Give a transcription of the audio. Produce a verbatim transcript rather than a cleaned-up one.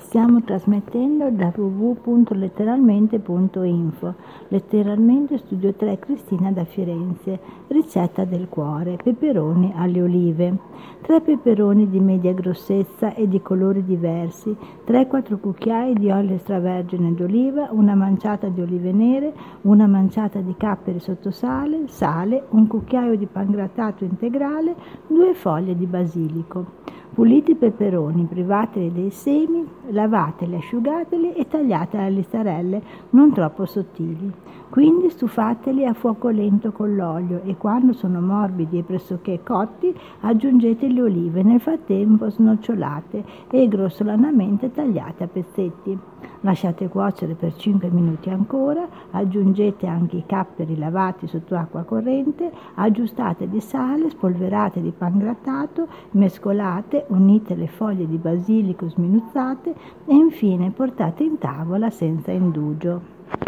Stiamo trasmettendo da w w w punto letteralmente punto info. Letteralmente Studio tre Cristina da Firenze. Ricetta del cuore: peperoni alle olive. tre peperoni di media grossezza e di colori diversi, tre quattro cucchiai di olio extravergine d'oliva, una manciata di olive nere, una manciata di capperi sottosale, sale, un cucchiaio di pangrattato integrale, due foglie di basilico. Pulite i peperoni, privateli dei semi, lavateli, asciugateli e tagliateli a listarelle non troppo sottili. Quindi stufateli a fuoco lento con l'olio e quando sono morbidi e pressoché cotti aggiungete le olive, nel frattempo snocciolate e grossolanamente tagliate a pezzetti. Lasciate cuocere per cinque minuti ancora, aggiungete anche i capperi lavati sotto acqua corrente, aggiustate di sale, spolverate di pangrattato, mescolate, unite le foglie di basilico sminuzzate e infine portate in tavola senza indugio.